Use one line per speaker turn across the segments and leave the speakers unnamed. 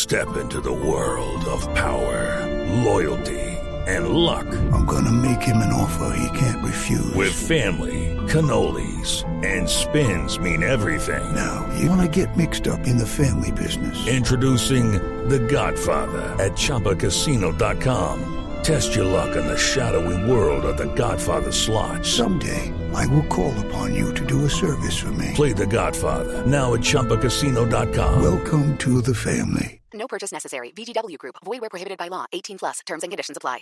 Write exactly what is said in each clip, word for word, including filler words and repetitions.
Step into the world of power, loyalty, and luck.
I'm gonna make him an offer he can't refuse.
With family, cannolis, and spins mean everything.
Now, you wanna get mixed up in the family business.
Introducing The Godfather at Chumba Casino dot com. Test your luck in the shadowy world of The Godfather slot.
Someday, I will call upon you to do a service for me.
Play The Godfather now at Chumba Casino dot com.
Welcome to the family.
No purchase necessary. V G W Group. Void where prohibited by law. eighteen plus. Terms and conditions apply.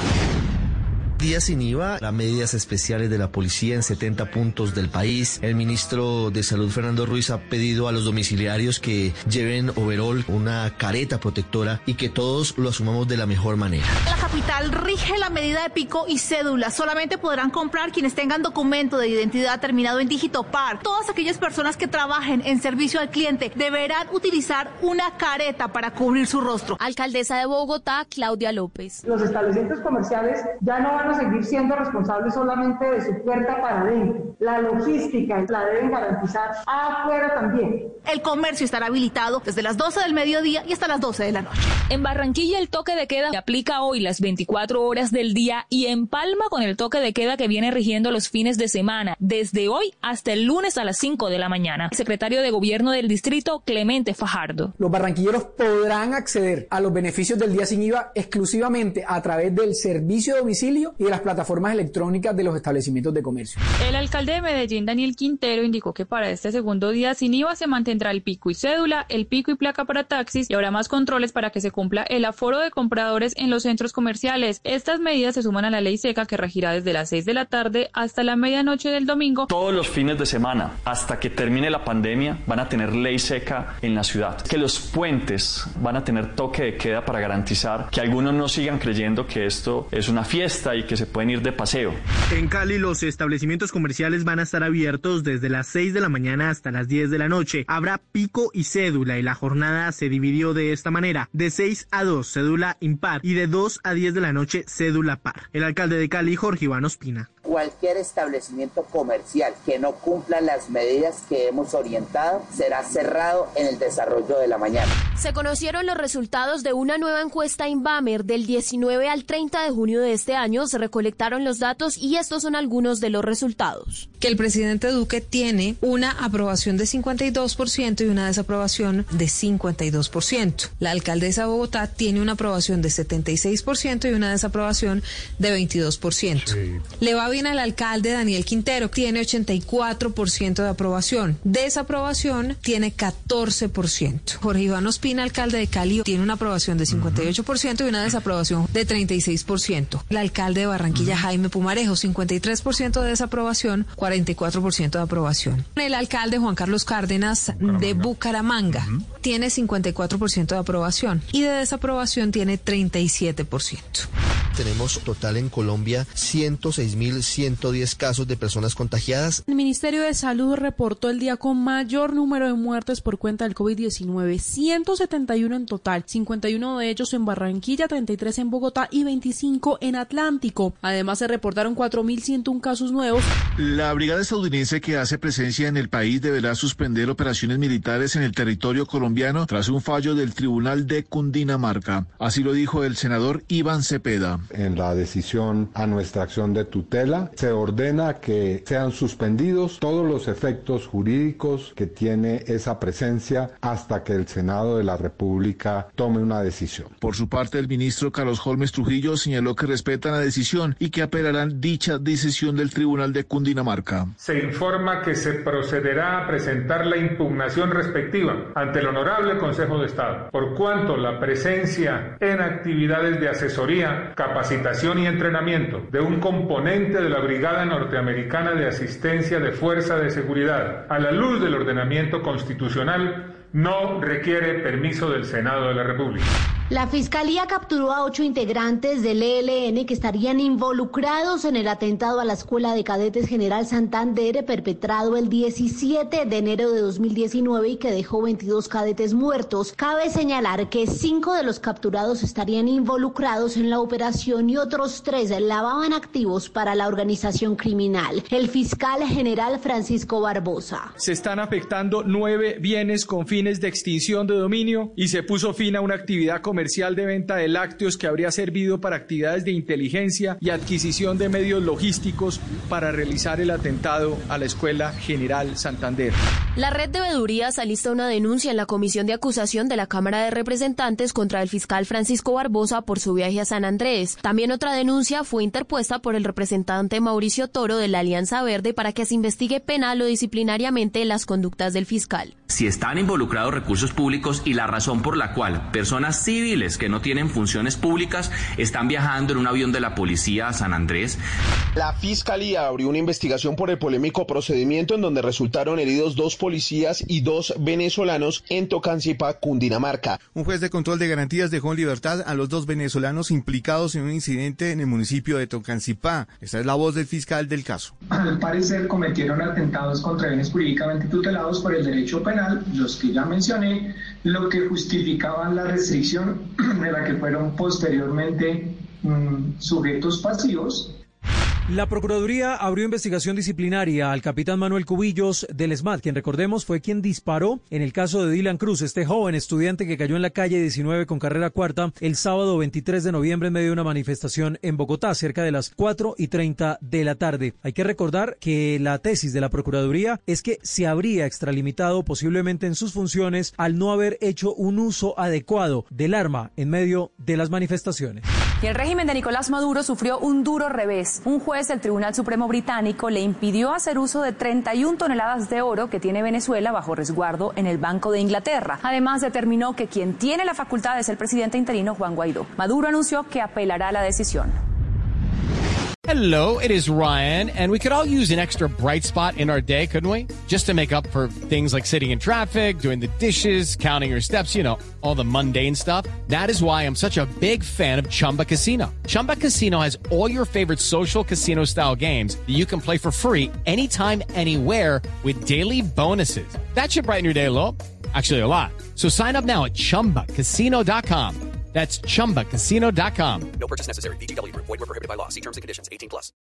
Día sin I V A, las medidas especiales de la policía en setenta puntos del país. El ministro de Salud, Fernando Ruiz, ha pedido a los domiciliarios que lleven overol, una careta protectora, y que todos lo asumamos de la mejor manera.
La capital rige la medida de pico y cédula. Solamente podrán comprar quienes tengan documento de identidad terminado en dígito par. Todas aquellas personas que trabajen en servicio al cliente deberán utilizar una careta para cubrir su rostro.
Alcaldesa de Bogotá, Claudia López.
Los establecimientos comerciales ya no van a seguir siendo responsables solamente de su puerta para adentro. La logística la deben garantizar afuera también.
El comercio estará habilitado desde las doce del mediodía y hasta las doce de la noche.
En Barranquilla el toque de queda se aplica hoy las veinticuatro horas del día, y en Palma con el toque de queda que viene rigiendo los fines de semana, desde hoy hasta el lunes a las cinco de la mañana. El secretario de Gobierno del distrito, Clemente Fajardo.
Los barranquilleros podrán acceder a los beneficios del día sin I V A exclusivamente a través del servicio de domicilio y de las plataformas electrónicas de los establecimientos de comercio.
El alcalde de Medellín, Daniel Quintero, indicó que para este segundo día sin I V A se mantendrá el pico y cédula, el pico y placa para taxis, y habrá más controles para que se cumpla el aforo de compradores en los centros comerciales. Estas medidas se suman a la ley seca que regirá desde las seis de la tarde hasta la medianoche del domingo.
Todos los fines de semana, hasta que termine la pandemia, van a tener ley seca en la ciudad. Que los puentes van a tener toque de queda para garantizar que algunos no sigan creyendo que esto es una fiesta y que se pueden ir de paseo.
En Cali, los establecimientos comerciales van a estar abiertos desde las seis de la mañana hasta las diez de la noche. Habrá pico y cédula, y la jornada se dividió de esta manera: de seis a dos, cédula impar, y de dos a diez de la noche, cédula par. El alcalde de Cali, Jorge Iván Ospina.
Cualquier establecimiento comercial que no cumpla las medidas que hemos orientado será cerrado en el desarrollo de la mañana.
Se conocieron los resultados de una nueva encuesta Inbamer del diecinueve al treinta de junio de este año. Se recolectaron los datos y estos son algunos de los resultados.
Que el presidente Duque tiene una aprobación de cincuenta y dos por ciento y una desaprobación de cincuenta y dos por ciento. La alcaldesa de Bogotá tiene una aprobación de setenta y seis por ciento y una desaprobación de veintidós por ciento. Sí. Le va bien al alcalde Daniel Quintero, tiene ochenta y cuatro por ciento de aprobación. Desaprobación tiene catorce por ciento. Jorge Iván Ospina, alcalde de Cali, tiene una aprobación de cincuenta y ocho por ciento y una desaprobación de treinta y seis por ciento. El alcalde de Barranquilla, uh-huh. Jaime Pumarejo, cincuenta y tres por ciento de desaprobación, cuarenta y cuatro por ciento de aprobación. El alcalde Juan Carlos Cárdenas Bucaramanga. de Bucaramanga uh-huh. tiene cincuenta y cuatro por ciento de aprobación y de desaprobación tiene treinta y siete por ciento.
Tenemos total en Colombia ciento seis mil ciento diez casos de personas contagiadas.
El Ministerio de Salud reportó el día con mayor número de muertes por cuenta del COVID diecinueve, ciento setenta y uno en total, cincuenta y uno de ellos en Barranquilla, treinta y tres en Bogotá y veinticinco en Atlántico. Además se reportaron cuatro mil ciento uno casos nuevos.
La brigada estadounidense que hace presencia en el país deberá suspender operaciones militares en el territorio colombiano tras un fallo del Tribunal de Cundinamarca. Así lo dijo el senador Iván Cepeda.
En la decisión a nuestra acción de tutela se ordena que sean suspendidos todos los efectos jurídicos que tiene esa presencia hasta que el Senado de la República tome una decisión.
Por su parte, el ministro Carlos Holmes Trujillo señaló que respetan la decisión y que apelarán dicha decisión del Tribunal de Cundinamarca.
Se informa que se procederá a presentar la impugnación respectiva ante el Honorable Consejo de Estado, por cuanto la presencia en actividades de asesoría, capacitación y entrenamiento de un componente de la Brigada Norteamericana de Asistencia de Fuerza de Seguridad a la luz del ordenamiento constitucional no requiere permiso del Senado de la República.
La Fiscalía capturó a ocho integrantes del E L N que estarían involucrados en el atentado a la Escuela de Cadetes General Santander perpetrado el diecisiete de enero de dos mil diecinueve y que dejó veintidós cadetes muertos. Cabe señalar que cinco de los capturados estarían involucrados en la operación y otros tres lavaban activos para la organización criminal. El fiscal general Francisco Barbosa.
Se están afectando nueve bienes con fines fines de extinción de dominio y se puso fin a una actividad comercial de venta de lácteos que habría servido para actividades de inteligencia y adquisición de medios logísticos para realizar el atentado a la Escuela General Santander.
La red de veedurías alista una denuncia en la Comisión de Acusación de la Cámara de Representantes contra el fiscal Francisco Barbosa por su viaje a San Andrés. También otra denuncia fue interpuesta por el representante Mauricio Toro de la Alianza Verde para que se investigue penal o disciplinariamente las conductas del fiscal.
Si están involucrados recursos públicos y la razón por la cual personas civiles que no tienen funciones públicas están viajando en un avión de la policía a San Andrés.
La Fiscalía abrió una investigación por el polémico procedimiento en donde resultaron heridos dos policías y dos venezolanos en Tocancipá, Cundinamarca.
Un juez de control de garantías dejó en libertad a los dos venezolanos implicados en un incidente en el municipio de Tocancipá. Esta es la voz del fiscal del caso.
Al parecer cometieron atentados contra bienes jurídicamente tutelados por el derecho penal, los que ya mencioné, lo que justificaban la restricción de la que fueron posteriormente mmm, sujetos pasivos.
La Procuraduría abrió investigación disciplinaria al capitán Manuel Cubillos del ESMAD, quien recordemos fue quien disparó en el caso de Dylan Cruz, este joven estudiante que cayó en la calle diecinueve con carrera cuarta el sábado veintitrés de noviembre en medio de una manifestación en Bogotá, cerca de las cuatro y treinta de la tarde. Hay que recordar que la tesis de la Procuraduría es que se habría extralimitado posiblemente en sus funciones al no haber hecho un uso adecuado del arma en medio de las manifestaciones.
Y el régimen de Nicolás Maduro sufrió un duro revés. Un juez del Tribunal Supremo británico le impidió hacer uso de treinta y una toneladas de oro que tiene Venezuela bajo resguardo en el Banco de Inglaterra. Además, determinó que quien tiene la facultad es el presidente interino Juan Guaidó. Maduro anunció que apelará la decisión.
Hello, it is Ryan, and we could all use an extra bright spot in our day, couldn't we? Just to make up for things like sitting in traffic, doing the dishes, counting your steps, you know, all the mundane stuff. That is why I'm such a big fan of Chumba Casino. Chumba Casino has all your favorite social casino-style games that you can play for free anytime, anywhere with daily bonuses. That should brighten your day a little. Actually, a lot. So sign up now at chumba casino dot com. That's chumba casino dot com.
No purchase necessary. V G W Group. Void where prohibited by law. See terms and conditions. eighteen plus.